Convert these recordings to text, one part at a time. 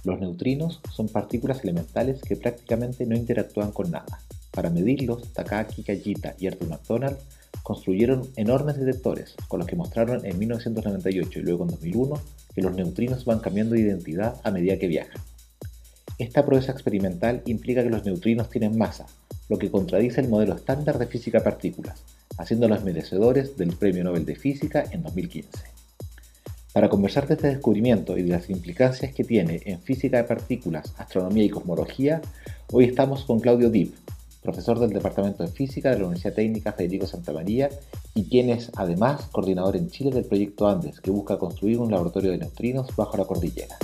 Los neutrinos son partículas elementales que prácticamente no interactúan con nada. Para medirlos, Takaaki Kajita y Arthur McDonald construyeron enormes detectores, con los que mostraron en 1998 y luego en 2001 que los neutrinos van cambiando de identidad a medida que viajan. Esta proeza experimental implica que los neutrinos tienen masa, lo que contradice el modelo estándar de física de partículas, haciéndolos merecedores del Premio Nobel de Física en 2015. Para conversar de este descubrimiento y de las implicancias que tiene en física de partículas, astronomía y cosmología, hoy estamos con Claudio Dipp, profesor del Departamento de Física de la Universidad Técnica Federico Santa María y quien es además coordinador en Chile del proyecto Andes, que busca construir un laboratorio de neutrinos bajo la cordillera.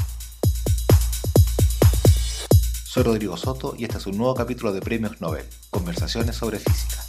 Soy Rodrigo Soto y este es un nuevo capítulo de Premios Nobel, conversaciones sobre física.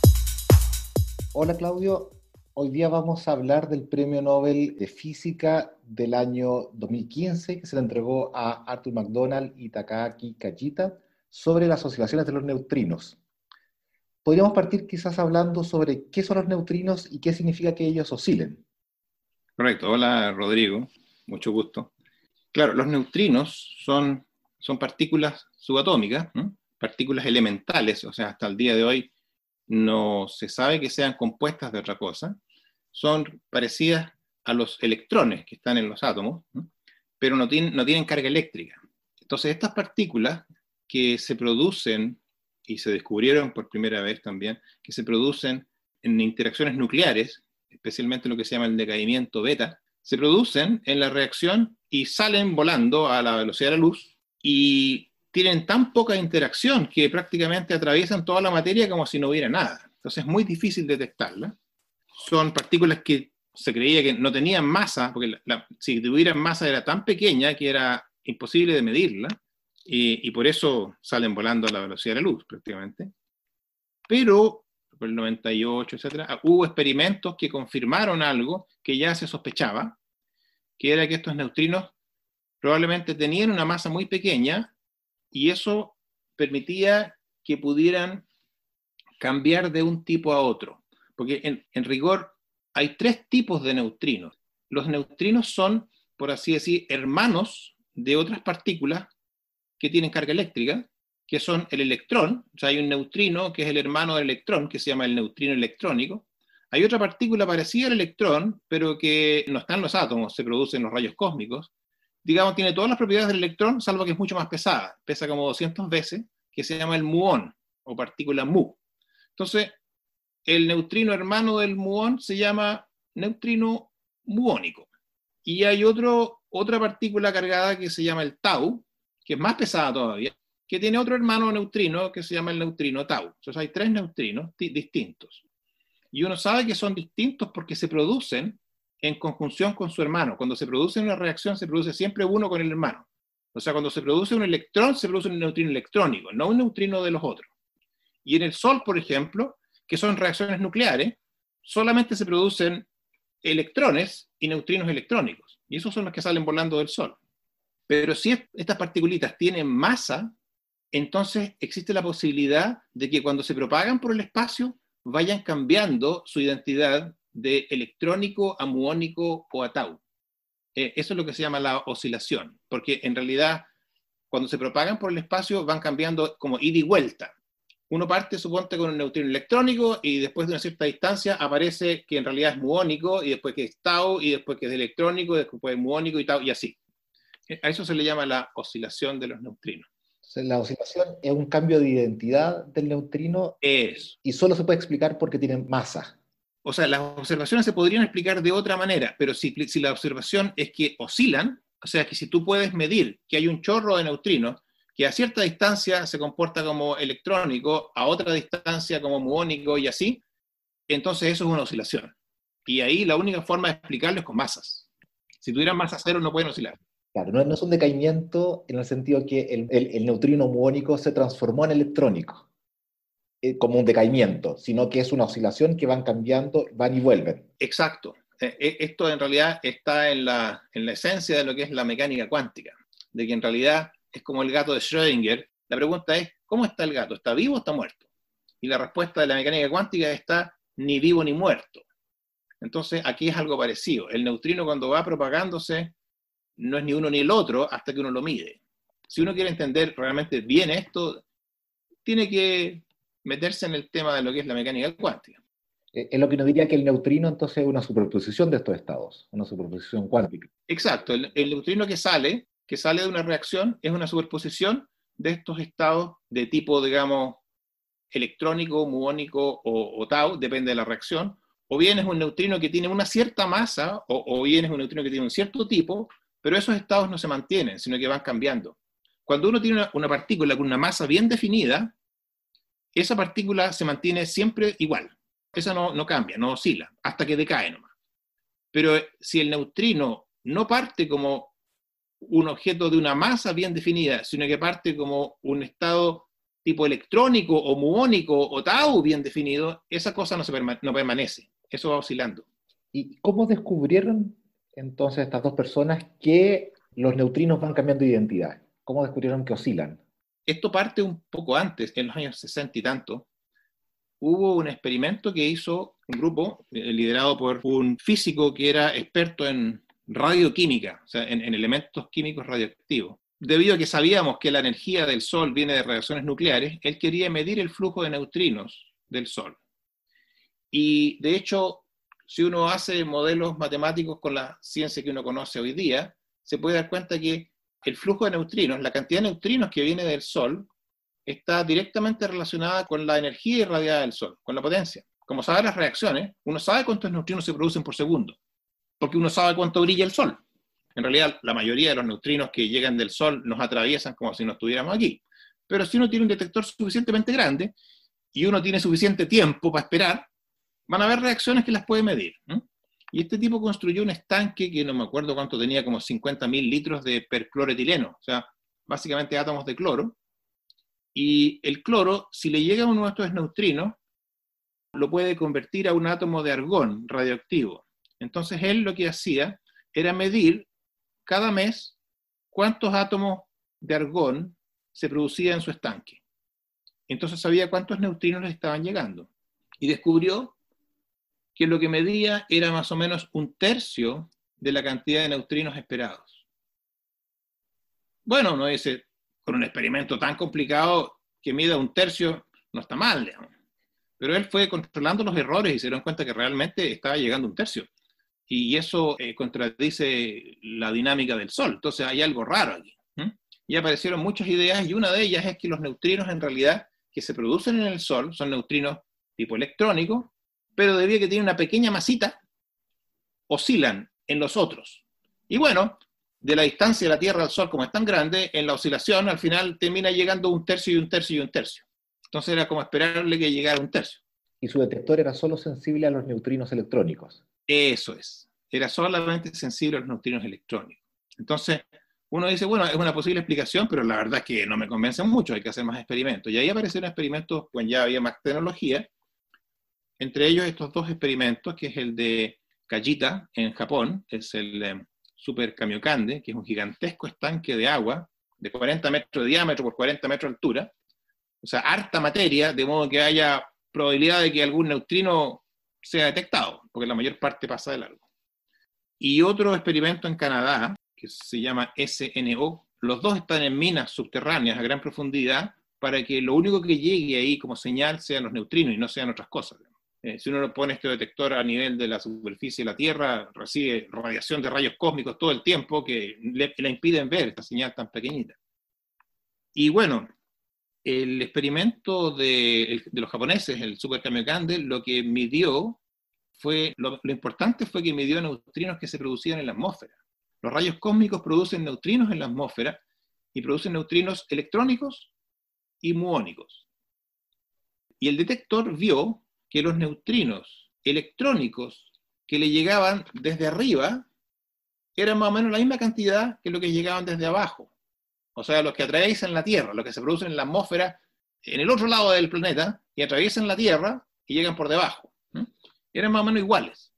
Hola Claudio, hoy día vamos a hablar del Premio Nobel de Física del año 2015 que se le entregó a Arthur McDonald y Takaaki Kajita sobre las oscilaciones de los neutrinos. Podríamos partir quizás hablando sobre qué son los neutrinos y qué significa que ellos oscilen. Correcto, hola Rodrigo, mucho gusto. Claro, los neutrinos son partículas subatómicas, ¿no? Partículas elementales, o sea, hasta el día de hoy no se sabe que sean compuestas de otra cosa. Son parecidas a los electrones que están en los átomos, ¿no? Pero no tienen carga eléctrica. Entonces, estas partículas que se producen, y se descubrieron por primera vez también, que se producen en interacciones nucleares, especialmente lo que se llama el decaimiento beta, se producen en la reacción y salen volando a la velocidad de la luz y tienen tan poca interacción que prácticamente atraviesan toda la materia como si no hubiera nada. Entonces es muy difícil detectarla. Son partículas que se creía que no tenían masa, porque si tuvieran masa era tan pequeña que era imposible de medirla, y por eso salen volando a la velocidad de la luz prácticamente. Pero por el 98, etcétera, hubo experimentos que confirmaron algo que ya se sospechaba, que era que estos neutrinos probablemente tenían una masa muy pequeña y eso permitía que pudieran cambiar de un tipo a otro. Porque en rigor hay tres tipos de neutrinos. Los neutrinos son, por así decir, hermanos de otras partículas que tienen carga eléctrica, que son el electrón. O sea, hay un neutrino que es el hermano del electrón, que se llama el neutrino electrónico. Hay otra partícula parecida al electrón, pero que no está en los átomos, se produce en los rayos cósmicos. Digamos, tiene todas las propiedades del electrón, salvo que es mucho más pesada, pesa como 200 veces, que se llama el muón, o partícula mu. Entonces, el neutrino hermano del muón se llama neutrino muónico. Y hay otra partícula cargada que se llama el tau, que es más pesada todavía, que tiene otro hermano neutrino que se llama el neutrino tau. Entonces hay tres neutrinos distintos. Y uno sabe que son distintos porque se producen en conjunción con su hermano. Cuando se produce una reacción, se produce siempre uno con el hermano. O sea, cuando se produce un electrón, se produce un neutrino electrónico, no un neutrino de los otros. Y en el Sol, por ejemplo, que son reacciones nucleares, solamente se producen electrones y neutrinos electrónicos. Y esos son los que salen volando del Sol. Pero si estas partículitas tienen masa, entonces existe la posibilidad de que cuando se propagan por el espacio vayan cambiando su identidad de electrónico a muónico o a tau. Eso es lo que se llama la oscilación, porque en realidad cuando se propagan por el espacio van cambiando como ida y vuelta. Uno parte, suponte, con un neutrino electrónico y después de una cierta distancia aparece que en realidad es muónico y después que es tau y después que es electrónico y después es muónico y tau y así. A eso se le llama la oscilación de los neutrinos. Entonces, la oscilación es un cambio de identidad del neutrino y solo se puede explicar porque tienen masa. O sea, las observaciones se podrían explicar de otra manera, pero si la observación es que oscilan, o sea, que si tú puedes medir que hay un chorro de neutrinos que a cierta distancia se comporta como electrónico, a otra distancia como muónico y así, entonces eso es una oscilación. Y ahí la única forma de explicarlo es con masas. Si tuvieran masa cero no pueden oscilar. Claro, no es un decaimiento en el sentido que el neutrino muónico se transformó en electrónico, como un decaimiento, sino que es una oscilación que van cambiando, van y vuelven. Exacto. Esto en realidad está en la esencia de lo que es la mecánica cuántica, de que en realidad es como el gato de Schrödinger. La pregunta es, ¿cómo está el gato? ¿Está vivo o está muerto? Y la respuesta de la mecánica cuántica está ni vivo ni muerto. Entonces aquí es algo parecido. El neutrino cuando va propagándose no es ni uno ni el otro hasta que uno lo mide. si uno quiere entender realmente bien esto, tiene que meterse en el tema de lo que es la mecánica cuántica. Es lo que nos diría que el neutrino entonces es una superposición de estos estados, una superposición cuántica. Exacto, el neutrino que sale de una reacción es una superposición de estos estados de tipo, digamos, electrónico, muónico o tau, depende de la reacción, o bien es un neutrino que tiene una cierta masa, o bien es un neutrino que tiene un cierto tipo, pero esos estados no se mantienen, sino que van cambiando. Cuando uno tiene una partícula con una masa bien definida, esa partícula se mantiene siempre igual. Esa no cambia, no oscila, hasta que decae nomás. Pero si el neutrino no parte como un objeto de una masa bien definida, sino que parte como un estado tipo electrónico o muónico o tau bien definido, esa cosa no permanece, eso va oscilando. ¿Y cómo descubrieron entonces estas dos personas que los neutrinos van cambiando de identidad? ¿Cómo descubrieron que oscilan? Esto parte un poco antes, en los años 60 y tanto. Hubo un experimento que hizo un grupo liderado por un físico que era experto en radioquímica, o sea, en elementos químicos radioactivos. Debido a que sabíamos que la energía del Sol viene de reacciones nucleares, él quería medir el flujo de neutrinos del Sol. Y de hecho, si uno hace modelos matemáticos con la ciencia que uno conoce hoy día, se puede dar cuenta que el flujo de neutrinos, la cantidad de neutrinos que viene del Sol, está directamente relacionada con la energía irradiada del Sol, con la potencia. Como sabe las reacciones, uno sabe cuántos neutrinos se producen por segundo, porque uno sabe cuánto brilla el Sol. En realidad, la mayoría de los neutrinos que llegan del Sol nos atraviesan como si no estuviéramos aquí. Pero si uno tiene un detector suficientemente grande y uno tiene suficiente tiempo para esperar, van a haber reacciones que las puede medir. Y este tipo construyó un estanque que no me acuerdo cuánto tenía, como 50.000 litros de percloretileno, o sea, básicamente átomos de cloro. Y el cloro, si le llega uno de estos neutrinos, lo puede convertir a un átomo de argón radioactivo. Entonces él lo que hacía era medir cada mes cuántos átomos de argón se producía en su estanque. Entonces sabía cuántos neutrinos le estaban llegando. Y descubrió que lo que medía era más o menos 1/3 de la cantidad de neutrinos esperados. Bueno, uno dice, con un experimento tan complicado que mida 1/3 no está mal, digamos. Pero él fue controlando los errores y se dieron cuenta que realmente estaba llegando 1/3. Y eso contradice la dinámica del Sol. Entonces hay algo raro aquí. Y aparecieron muchas ideas y una de ellas es que los neutrinos en realidad que se producen en el Sol son neutrinos tipo electrónico, pero debido a que tienen una pequeña masita, oscilan en los otros. Y bueno, de la distancia de la Tierra al Sol como es tan grande, en la oscilación al final termina llegando 1/3 y 1/3 y 1/3. Entonces era como esperarle que llegara 1/3. Y su detector era solo sensible a los neutrinos electrónicos. Eso es. Era solamente sensible a los neutrinos electrónicos. Entonces, uno dice, bueno, es una posible explicación, pero la verdad es que no me convence mucho, hay que hacer más experimentos. Y ahí aparecieron experimentos, pues ya había más tecnología, entre ellos estos dos experimentos, que es el de Kajita, en Japón, es el Super Kamiokande, que es un gigantesco estanque de agua, de 40 metros de diámetro por 40 metros de altura, o sea, harta materia, de modo que haya probabilidad de que algún neutrino sea detectado, porque la mayor parte pasa de largo. Y otro experimento en Canadá, que se llama SNO, los dos están en minas subterráneas a gran profundidad, para que lo único que llegue ahí como señal sean los neutrinos y no sean otras cosas. Si uno pone este detector a nivel de la superficie de la Tierra, recibe radiación de rayos cósmicos todo el tiempo que le impiden ver esta señal tan pequeñita. Y bueno, el experimento de los japoneses, el Super Kamiokande, lo que midió fue, lo importante fue que midió neutrinos que se producían en la atmósfera. Los rayos cósmicos producen neutrinos en la atmósfera y producen neutrinos electrónicos y muónicos. Y el detector vio que los neutrinos electrónicos que le llegaban desde arriba eran más o menos la misma cantidad que los que llegaban desde abajo. O sea, los que atraviesan la Tierra, los que se producen en la atmósfera, en el otro lado del planeta, y atraviesan la Tierra y llegan por debajo. Eran más o menos iguales.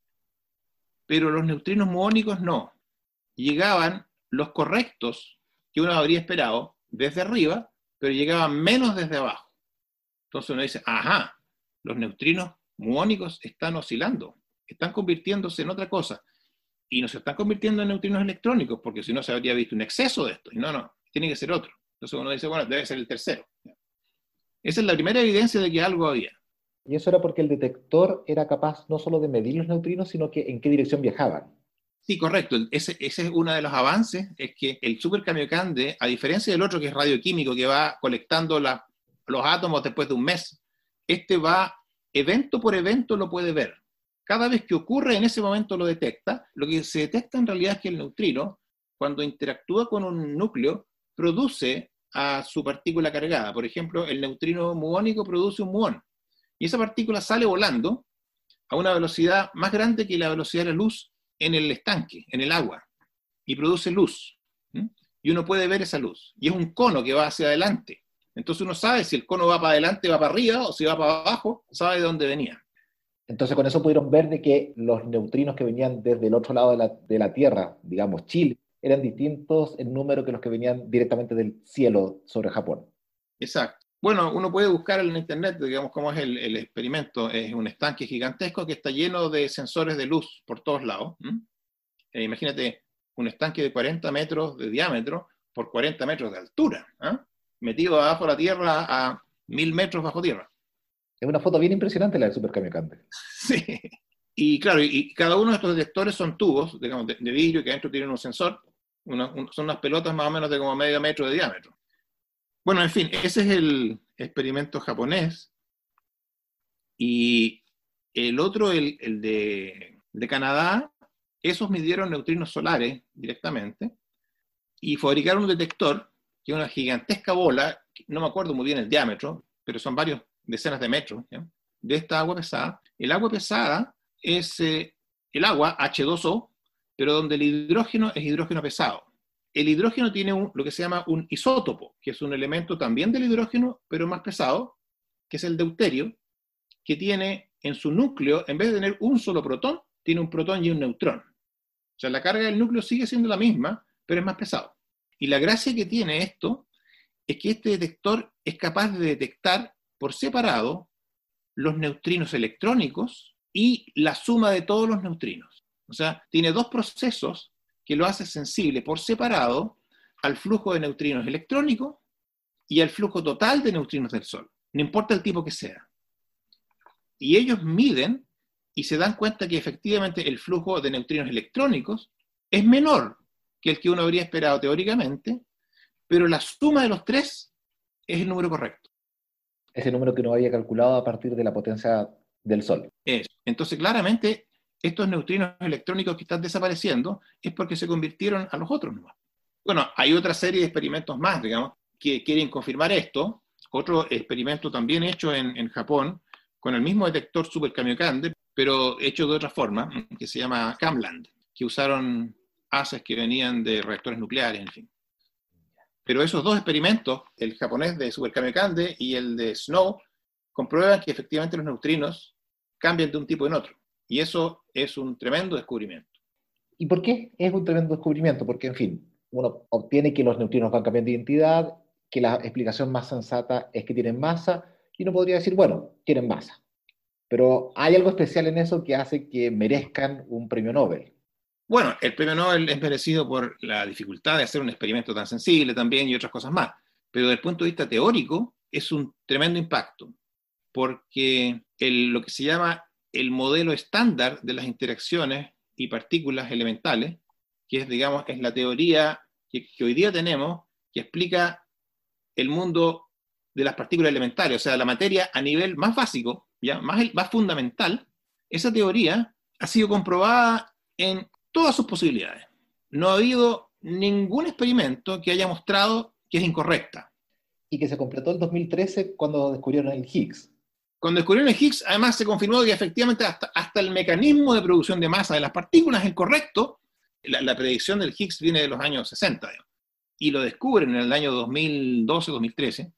Pero los neutrinos muónicos no. Llegaban los correctos que uno habría esperado desde arriba, pero llegaban menos desde abajo. Entonces uno dice, ajá, los neutrinos muónicos están oscilando, están convirtiéndose en otra cosa. Y no se están convirtiendo en neutrinos electrónicos, porque si no se habría visto un exceso de esto. Y no, tiene que ser otro. Entonces uno dice, bueno, debe ser el tercero. Esa es la primera evidencia de que algo había. Y eso era porque el detector era capaz no solo de medir los neutrinos, sino que en qué dirección viajaban. Sí, correcto. Ese es uno de los avances, es que el Super Kamiokande, a diferencia del otro que es radioquímico, que va colectando los átomos después de un mes, este va evento por evento, lo puede ver. Cada vez que ocurre, en ese momento lo detecta. Lo que se detecta en realidad es que el neutrino, cuando interactúa con un núcleo, produce a su partícula cargada. Por ejemplo, el neutrino muónico produce un muón. Y esa partícula sale volando a una velocidad más grande que la velocidad de la luz en el estanque, en el agua, y produce luz. Y uno puede ver esa luz. Y es un cono que va hacia adelante. Entonces uno sabe si el cono va para adelante, va para arriba, o si va para abajo, sabe de dónde venía. Entonces con eso pudieron ver de que los neutrinos que venían desde el otro lado de la Tierra, digamos Chile, eran distintos en número que los que venían directamente del cielo sobre Japón. Exacto. Bueno, uno puede buscar en internet, digamos, cómo es el experimento. Es un estanque gigantesco que está lleno de sensores de luz por todos lados. Imagínate un estanque de 40 metros de diámetro por 40 metros de altura, metido abajo de la Tierra a 1000 metros bajo tierra. Es una foto bien impresionante la del Super Kamiokande. Sí. Y claro, y cada uno de estos detectores son tubos, digamos, de vidrio que adentro tienen un sensor. Son unas pelotas más o menos de como medio metro de diámetro. Bueno, en fin, ese es el experimento japonés. Y el otro, el de Canadá, esos midieron neutrinos solares directamente y fabricaron un detector, que es una gigantesca bola, no me acuerdo muy bien el diámetro, pero son varios decenas de metros, ¿ya?, de esta agua pesada. El agua pesada es el agua H2O, pero donde el hidrógeno es hidrógeno pesado. El hidrógeno tiene lo que se llama un isótopo, que es un elemento también del hidrógeno, pero más pesado, que es el deuterio, que tiene en su núcleo, en vez de tener un solo protón, tiene un protón y un neutrón. O sea, la carga del núcleo sigue siendo la misma, pero es más pesado. Y la gracia que tiene esto es que este detector es capaz de detectar por separado los neutrinos electrónicos y la suma de todos los neutrinos. O sea, tiene dos procesos que lo hace sensible por separado al flujo de neutrinos electrónicos y al flujo total de neutrinos del Sol, no importa el tipo que sea. Y ellos miden y se dan cuenta que efectivamente el flujo de neutrinos electrónicos es menor que el que uno habría esperado teóricamente, pero la suma de los tres es el número correcto. Ese número que uno había calculado a partir de la potencia del Sol. Entonces, claramente, estos neutrinos electrónicos que están desapareciendo es porque se convirtieron a los otros nomás. Bueno, hay otra serie de experimentos más, digamos, que quieren confirmar esto. Otro experimento también hecho en Japón, con el mismo detector Super Kamiokande, pero hecho de otra forma, que se llama Camland, que usaron haces que venían de reactores nucleares, en fin. Pero esos dos experimentos, el japonés de Super Kamiokande y el de Snow, comprueban que efectivamente los neutrinos cambian de un tipo en otro. Y eso es un tremendo descubrimiento. ¿Y por qué es un tremendo descubrimiento? Porque, en fin, uno obtiene que los neutrinos van cambiando de identidad, que la explicación más sensata es que tienen masa, y uno podría decir, bueno, tienen masa. Pero hay algo especial en eso que hace que merezcan un premio Nobel. Bueno, el premio Nobel es merecido por la dificultad de hacer un experimento tan sensible también y otras cosas más. Pero desde el punto de vista teórico es un tremendo impacto, porque lo que se llama el modelo estándar de las interacciones y partículas elementales, que es, digamos, es la teoría que hoy día tenemos, que explica el mundo de las partículas elementales, o sea, la materia a nivel más básico, ya más fundamental. Esa teoría ha sido comprobada en todas sus posibilidades. No ha habido ningún experimento que haya mostrado que es incorrecta. Y que se completó en 2013 cuando descubrieron el Higgs. Cuando descubrieron el Higgs, además se confirmó que efectivamente hasta el mecanismo de producción de masa de las partículas es correcto. La predicción del Higgs viene de los años 60, digamos, y lo descubren en el año 2012-2013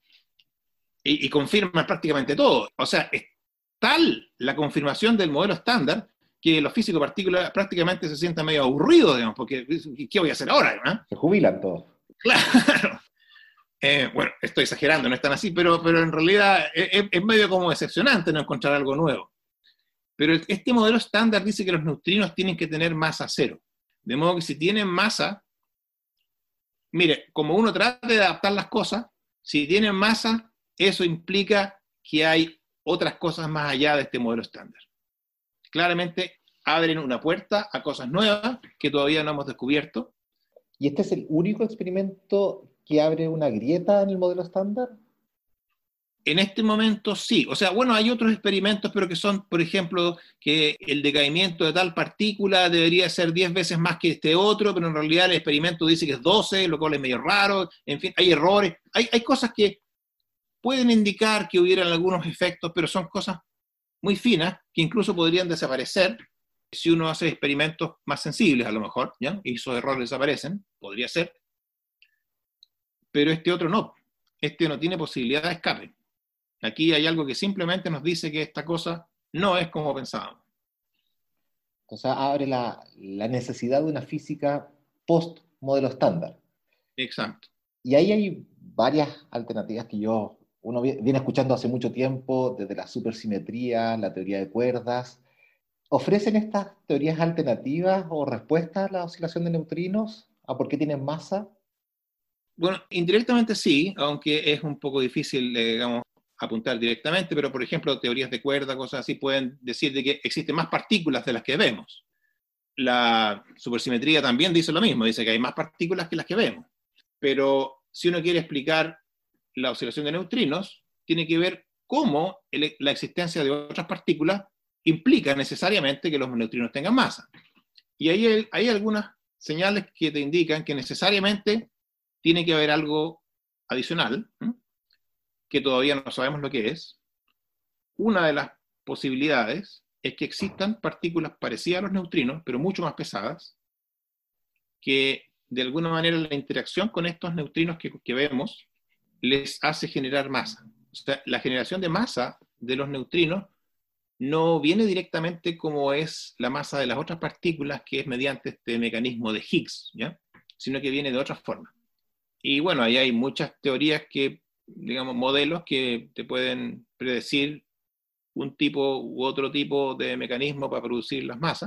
y confirman prácticamente todo. O sea, es tal la confirmación del modelo estándar que los físicos partículas prácticamente se sientan medio aburridos, digamos, porque ¿qué voy a hacer ahora? Se jubilan todos. Claro. Bueno, estoy exagerando, no es tan así, pero en realidad es medio como decepcionante no encontrar algo nuevo. Pero este modelo estándar dice que los neutrinos tienen que tener masa cero. De modo que si tienen masa, Mire, como uno trata de adaptar las cosas, si tienen masa, eso implica que hay otras cosas más allá de este modelo estándar. Claramente abren una puerta a cosas nuevas que todavía no hemos descubierto. ¿Y este es el único experimento que abre una grieta en el modelo estándar? En este momento sí. O sea, bueno, hay otros experimentos, pero que son, por ejemplo, que el decaimiento de tal partícula debería ser 10 veces más que este otro, pero en realidad el experimento dice que es 12, lo cual es medio raro. En fin, hay errores. Hay cosas que pueden indicar que hubieran algunos efectos, pero son cosas muy finas que incluso podrían desaparecer si uno hace experimentos más sensibles, a lo mejor, ¿ya? Y esos errores desaparecen, podría ser. Pero este otro no. Este no tiene posibilidad de escape. Aquí hay algo que simplemente nos dice que esta cosa no es como pensábamos. Entonces abre la necesidad de una física post-modelo estándar. Exacto. Y ahí hay varias alternativas que uno viene escuchando hace mucho tiempo, desde la supersimetría, la teoría de cuerdas. ¿Ofrecen estas teorías alternativas o respuestas a la oscilación de neutrinos? ¿A por qué tienen masa? Bueno, indirectamente sí, aunque es un poco difícil, digamos, apuntar directamente, pero por ejemplo, teorías de cuerda, cosas así, pueden decir de que existen más partículas de las que vemos. La supersimetría también dice lo mismo, dice que hay más partículas que las que vemos. Pero si uno quiere explicar la oscilación de neutrinos, tiene que ver cómo la existencia de otras partículas implica necesariamente que los neutrinos tengan masa. Y ahí hay algunas señales que te indican que necesariamente tiene que haber algo adicional, que todavía no sabemos lo que es. Una de las posibilidades es que existan partículas parecidas a los neutrinos, pero mucho más pesadas, que de alguna manera la interacción con estos neutrinos que vemos les hace generar masa. O sea, la generación de masa de los neutrinos no viene directamente como es la masa de las otras partículas, que es mediante este mecanismo de Higgs, ¿ya? Sino que viene de otra forma. Y bueno, ahí hay muchas teorías que, digamos, modelos que te pueden predecir un tipo u otro tipo de mecanismo para producir las masas.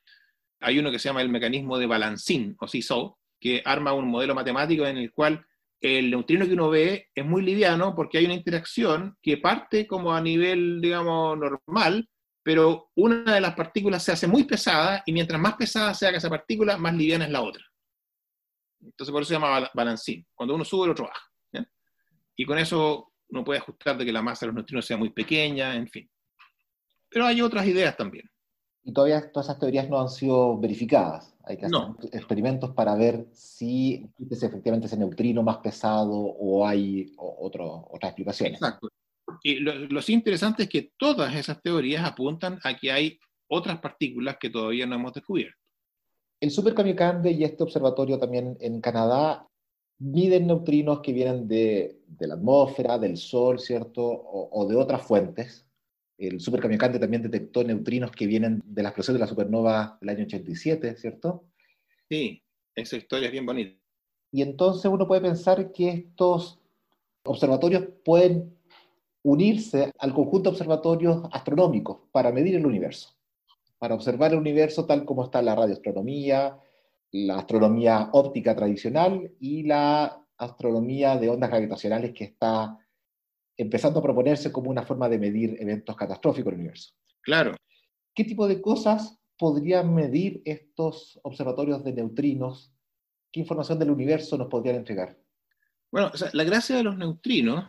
Hay uno que se llama el mecanismo de Balancín, o seesaw, que arma un modelo matemático en el cual el neutrino que uno ve es muy liviano porque hay una interacción que parte como a nivel, digamos, normal, pero una de las partículas se hace muy pesada y mientras más pesada sea esa partícula, más liviana es la otra. Entonces por eso se llama balancín. Cuando uno sube, el otro baja, ¿ya? Y con eso uno puede ajustar de que la masa de los neutrinos sea muy pequeña, en fin. Pero hay otras ideas también. Y todavía todas esas teorías no han sido verificadas. Hay que hacer No, experimentos para ver si es efectivamente ese neutrino más pesado o hay otras explicaciones. exacto. Y lo sí interesante es que todas esas teorías apuntan a que hay otras partículas que todavía no hemos descubierto. El Super Kamiokande y este observatorio también en Canadá miden neutrinos que vienen de la atmósfera, del Sol, ¿cierto? O de otras fuentes. El Super Kamiokande también detectó neutrinos que vienen de la explosión de la supernova del año 87, ¿cierto? Sí, esa historia es bien bonita. Y entonces uno puede pensar que estos observatorios pueden unirse al conjunto de observatorios astronómicos para medir el universo, para observar el universo tal como está la radioastronomía, la astronomía óptica tradicional y la astronomía de ondas gravitacionales que está empezando a proponerse como una forma de medir eventos catastróficos en el universo. Claro. ¿Qué tipo de cosas podrían medir estos observatorios de neutrinos? ¿Qué información del universo nos podrían entregar? Bueno, o sea, la gracia de los neutrinos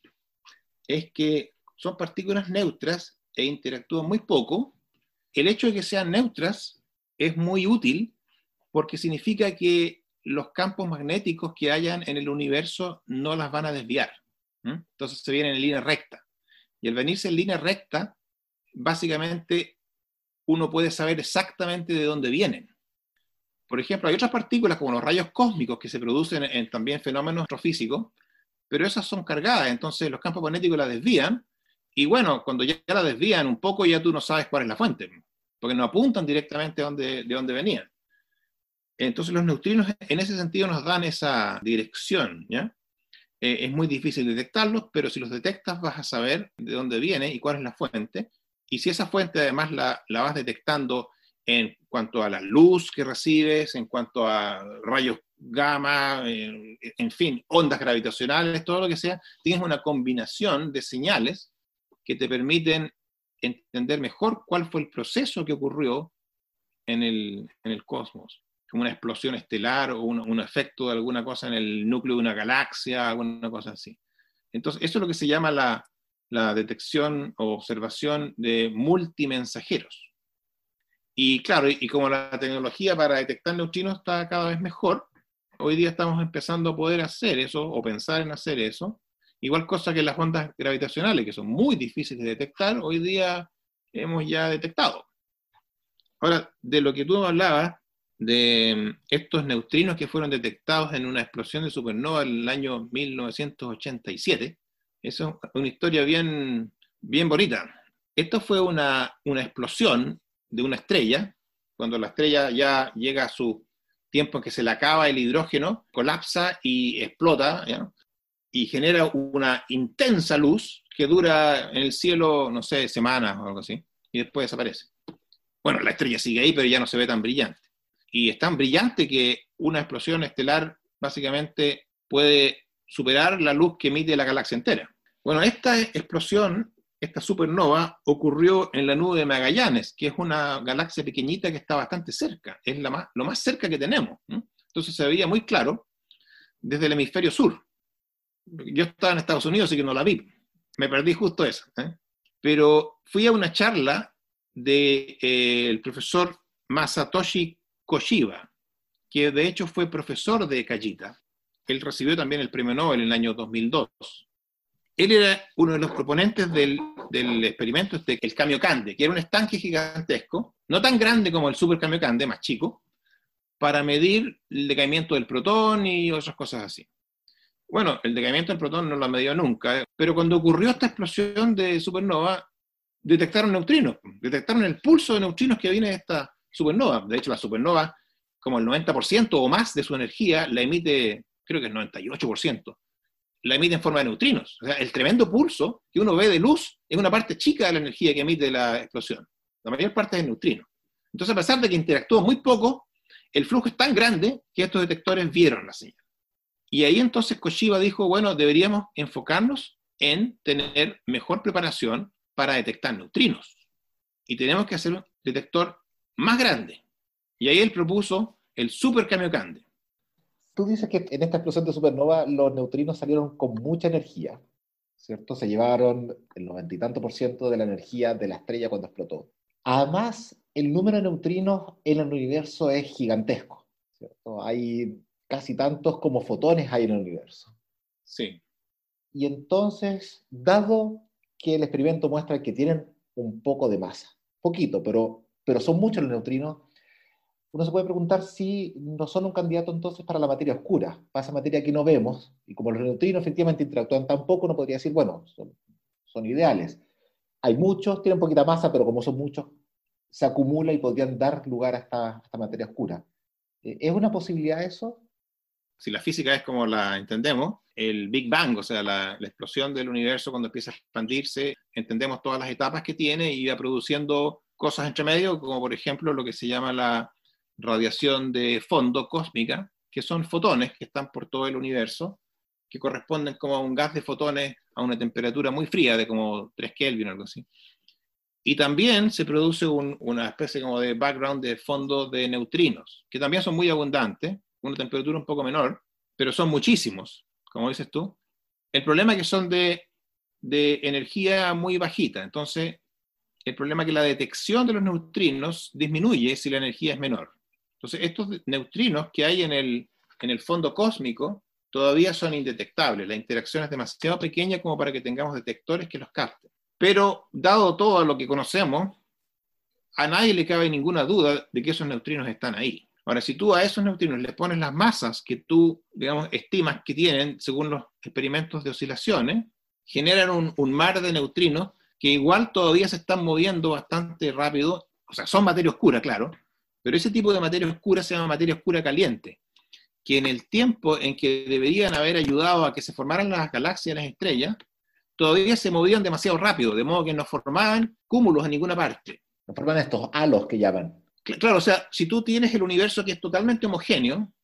es que son partículas neutras e interactúan muy poco. El hecho de que sean neutras es muy útil porque significa que los campos magnéticos que hayan en el universo no las van a desviar. Entonces se vienen en línea recta. Y al venirse en línea recta, básicamente uno puede saber exactamente de dónde vienen. Por ejemplo, hay otras partículas como los rayos cósmicos que se producen en también fenómenos astrofísicos, pero esas son cargadas, entonces los campos magnéticos las desvían, y bueno, cuando ya la desvían un poco, ya tú no sabes cuál es la fuente, porque no apuntan directamente de dónde venían. Entonces los neutrinos en ese sentido nos dan esa dirección, ¿ya? Es muy difícil detectarlos, pero si los detectas vas a saber de dónde viene y cuál es la fuente, y si esa fuente además la vas detectando en cuanto a la luz que recibes, en cuanto a rayos gamma, en fin, ondas gravitacionales, todo lo que sea, tienes una combinación de señales que te permiten entender mejor cuál fue el proceso que ocurrió en el cosmos, como una explosión estelar o un efecto de alguna cosa en el núcleo de una galaxia, alguna cosa así. Entonces, eso es lo que se llama la detección o observación de multimensajeros. Y claro, y como la tecnología para detectar neutrinos está cada vez mejor, hoy día estamos empezando a poder hacer eso, o pensar en hacer eso. Igual cosa que las ondas gravitacionales, que son muy difíciles de detectar, hoy día hemos ya detectado. Ahora, de lo que tú hablabas, de estos neutrinos que fueron detectados en una explosión de supernova en el año 1987, eso es una historia bien, bien bonita. Esto fue una explosión de una estrella, cuando la estrella ya llega a su tiempo en que se le acaba el hidrógeno, colapsa y explota, ¿ya? Y genera una intensa luz que dura en el cielo, no sé, semanas o algo así, y después desaparece. Bueno, la estrella sigue ahí, pero ya no se ve tan brillante. Y es tan brillante que una explosión estelar básicamente puede superar la luz que emite la galaxia entera. Bueno, esta explosión, esta supernova, ocurrió en la nube de Magallanes, que es una galaxia pequeñita que está bastante cerca, es lo más cerca que tenemos. Entonces se veía muy claro desde el hemisferio sur. Yo estaba en Estados Unidos, así que no la vi. Me perdí justo eso. Pero fui a una charla del profesor Masatoshi Koshiba, que de hecho fue profesor de Kajita. Él recibió también el premio Nobel en el año 2002. Él era uno de los proponentes del experimento el Kamiokande, que era un estanque gigantesco, no tan grande como el Super Kamiokande, más chico, para medir el decaimiento del protón y otras cosas así. Bueno, el decaimiento del protón no lo ha medido nunca, pero cuando ocurrió esta explosión de supernova, detectaron neutrinos, detectaron el pulso de neutrinos que viene de esta supernova. De hecho, la supernova, como el 90% o más de su energía, la emite, creo que el 98%, la emite en forma de neutrinos. O sea, el tremendo pulso que uno ve de luz es una parte chica de la energía que emite la explosión. La mayor parte es el neutrino. Entonces, a pesar de que interactúa muy poco, el flujo es tan grande que estos detectores vieron la señal. Y ahí entonces Koshiba dijo, bueno, deberíamos enfocarnos en tener mejor preparación para detectar neutrinos. Y tenemos que hacer un detector más grande. Y ahí él propuso el Super Kamiokande. Tú dices que en esta explosión de supernova los neutrinos salieron con mucha energía, ¿cierto? Se llevaron el 90 y tanto % de la energía de la estrella cuando explotó. Además, el número de neutrinos en el universo es gigantesco, ¿cierto? Hay casi tantos como fotones hay en el universo. Sí. Y entonces, dado que el experimento muestra que tienen un poco de masa, poquito, pero son muchos los neutrinos, uno se puede preguntar si no son un candidato entonces para la materia oscura, para esa materia que no vemos, y como los neutrinos efectivamente interactúan tan poco, uno podría decir, bueno, son ideales. Hay muchos, tienen poquita masa, pero como son muchos, se acumula y podrían dar lugar a esta materia oscura. ¿Es una posibilidad eso? Si la física es como la entendemos, el Big Bang, o sea, la explosión del universo cuando empieza a expandirse, entendemos todas las etapas que tiene y va produciendo cosas entre medio, como por ejemplo lo que se llama la radiación de fondo cósmica, que son fotones que están por todo el universo, que corresponden como a un gas de fotones a una temperatura muy fría, de como 3 Kelvin o algo así. Y también se produce una especie como de background de fondo de neutrinos, que también son muy abundantes, una temperatura un poco menor, pero son muchísimos, como dices tú. El problema es que son de energía muy bajita, entonces el problema es que la detección de los neutrinos disminuye si la energía es menor. Entonces estos neutrinos que hay en el fondo cósmico todavía son indetectables, la interacción es demasiado pequeña como para que tengamos detectores que los capten. Pero dado todo lo que conocemos, a nadie le cabe ninguna duda de que esos neutrinos están ahí. Ahora, si tú a esos neutrinos les pones las masas que tú, digamos, estimas que tienen según los experimentos de oscilaciones, generan un mar de neutrinos que igual todavía se están moviendo bastante rápido. O sea, son materia oscura, claro, pero ese tipo de materia oscura se llama materia oscura caliente, que en el tiempo en que deberían haber ayudado a que se formaran las galaxias y las estrellas, todavía se movían demasiado rápido, de modo que no formaban cúmulos en ninguna parte. No forman estos halos que llaman. Claro, o sea, si tú tienes el universo que es totalmente homogéneo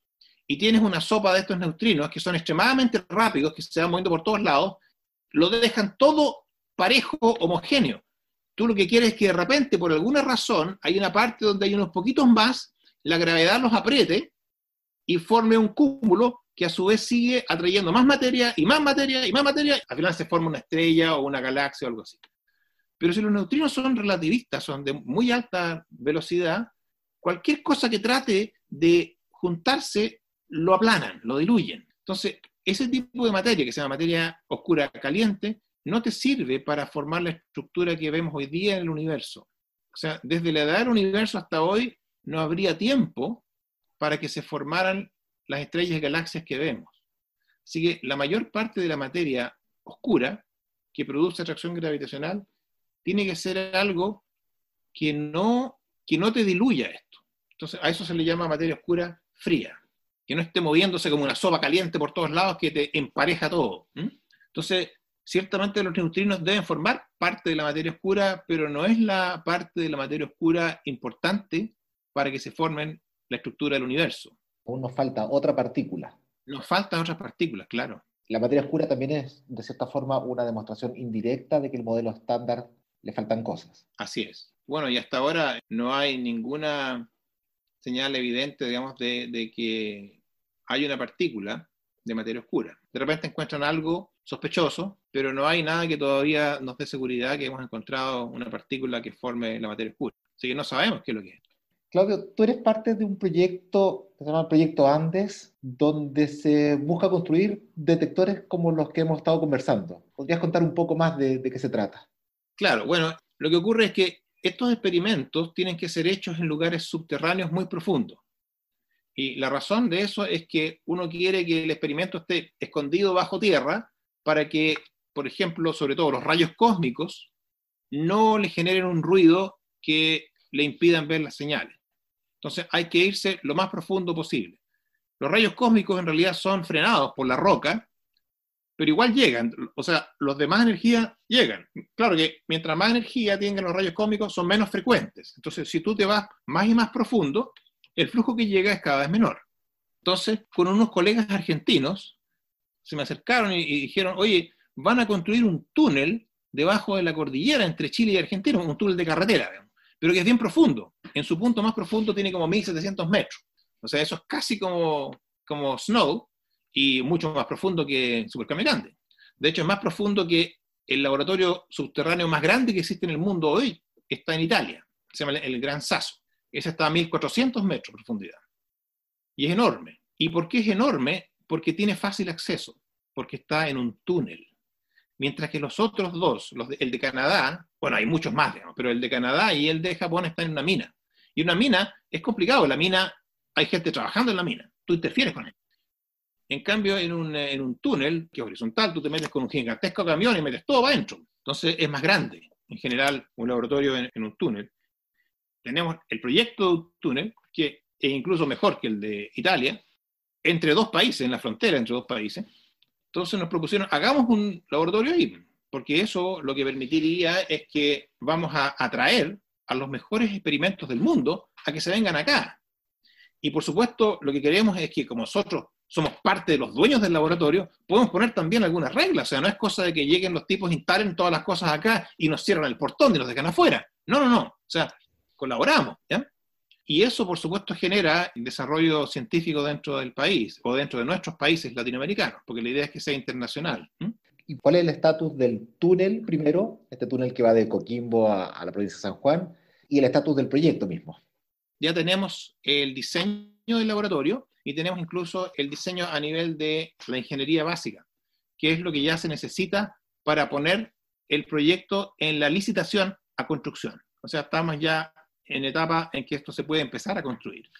y tienes una sopa de estos neutrinos que son extremadamente rápidos, que se van moviendo por todos lados, lo dejan todo parejo, homogéneo. Tú lo que quieres es que de repente, por alguna razón, hay una parte donde hay unos poquitos más, la gravedad los apriete y forme un cúmulo que a su vez sigue atrayendo más materia y más materia y más materia. Al final se forma una estrella o una galaxia o algo así. Pero si los neutrinos son relativistas, son de muy alta velocidad, cualquier cosa que trate de juntarse lo aplanan, lo diluyen. Entonces, ese tipo de materia, que se llama materia oscura caliente, no te sirve para formar la estructura que vemos hoy día en el universo. O sea, desde la edad del universo hasta hoy no habría tiempo para que se formaran las estrellas y galaxias que vemos. Así que la mayor parte de la materia oscura que produce atracción gravitacional tiene que ser algo que no te diluya esto. Entonces, a eso se le llama materia oscura fría, que no esté moviéndose como una sopa caliente por todos lados que te empareja todo. Entonces, ciertamente los neutrinos deben formar parte de la materia oscura, pero no es la parte de la materia oscura importante para que se formen la estructura del universo. Aún nos falta otra partícula. Nos faltan otras partículas, claro. La materia oscura también es, de cierta forma, una demostración indirecta de que el modelo estándar le faltan cosas. Así es. Bueno, y hasta ahora no hay ninguna señal evidente, digamos, de que hay una partícula de materia oscura. De repente encuentran algo sospechoso, pero no hay nada que todavía nos dé seguridad que hemos encontrado una partícula que forme la materia oscura. Así que no sabemos qué es lo que es. Claudio, tú eres parte de un proyecto que se llama el Proyecto Andes, donde se busca construir detectores como los que hemos estado conversando. ¿Podrías contar un poco más de qué se trata? Claro, bueno, lo que ocurre es que estos experimentos tienen que ser hechos en lugares subterráneos muy profundos. Y la razón de eso es que uno quiere que el experimento esté escondido bajo tierra para que, por ejemplo, sobre todo los rayos cósmicos, no le generen un ruido que le impidan ver las señales. Entonces hay que irse lo más profundo posible. Los rayos cósmicos en realidad son frenados por la roca, pero igual llegan, o sea, los de más energía llegan. Claro que mientras más energía tengan los rayos cósmicos, son menos frecuentes. Entonces, si tú te vas más y más profundo, el flujo que llega es cada vez menor. Entonces, con unos colegas argentinos, se me acercaron y dijeron, oye, van a construir un túnel debajo de la cordillera entre Chile y Argentina, un túnel de carretera, digamos, pero que es bien profundo. En su punto más profundo tiene como 1.700 metros. O sea, eso es casi como Snow, y mucho más profundo que Supercaminante. De hecho, es más profundo que el laboratorio subterráneo más grande que existe en el mundo hoy, está en Italia, se llama el Gran Sasso. Ese está a 1.400 metros de profundidad. Y es enorme. ¿Y por qué es enorme? Porque tiene fácil acceso, porque está en un túnel. Mientras que los otros dos, el de Canadá, bueno, hay muchos más, digamos, pero el de Canadá y el de Japón están en una mina. Y una mina es complicado, la mina, hay gente trabajando en la mina, tú interfieres con él. En cambio, en un túnel que es horizontal, tú te metes con un gigantesco camión y metes todo para adentro. Entonces es más grande, en general, un laboratorio en un túnel. Tenemos el proyecto de un túnel, que es incluso mejor que el de Italia, entre dos países, en la frontera entre dos países. Entonces nos propusieron, hagamos un laboratorio ahí, porque eso lo que permitiría es que vamos a atraer a los mejores experimentos del mundo a que se vengan acá. Y por supuesto, lo que queremos es que como nosotros somos parte de los dueños del laboratorio, podemos poner también algunas reglas. O sea, no es cosa de que lleguen los tipos, instalen todas las cosas acá y nos cierran el portón y nos dejan afuera. No, no, no. O sea, colaboramos, ¿ya? Y eso, por supuesto, genera desarrollo científico dentro del país o dentro de nuestros países latinoamericanos, porque la idea es que sea internacional. ¿Y cuál es el estatus del túnel primero, este túnel que va de Coquimbo a la provincia de San Juan, y el estatus del proyecto mismo? Ya tenemos el diseño del laboratorio y tenemos incluso el diseño a nivel de la ingeniería básica, que es lo que ya se necesita para poner el proyecto en la licitación a construcción. O sea, estamos ya en etapa en que esto se puede empezar a construir.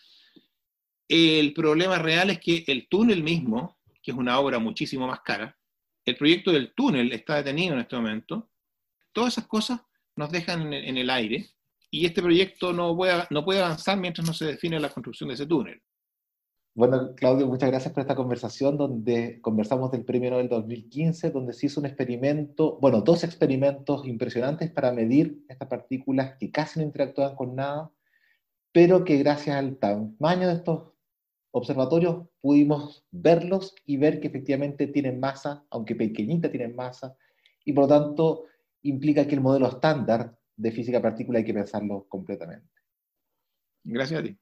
El problema real es que el túnel mismo, que es una obra muchísimo más cara, el proyecto del túnel está detenido en este momento. Todas esas cosas nos dejan en el aire y este proyecto no puede avanzar mientras no se define la construcción de ese túnel. Bueno, Claudio, muchas gracias por esta conversación donde conversamos del Premio Nobel 2015, donde se hizo un experimento, bueno, dos experimentos impresionantes para medir estas partículas que casi no interactúan con nada, pero que gracias al tamaño de estos observatorios pudimos verlos y ver que efectivamente tienen masa, aunque pequeñita tienen masa, y por lo tanto implica que el modelo estándar de física partícula hay que pensarlo completamente. Gracias a ti.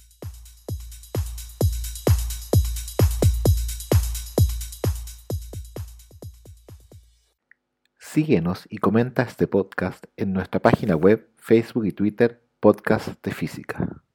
Síguenos y comenta este podcast en nuestra página web, Facebook y Twitter, Podcast de Física.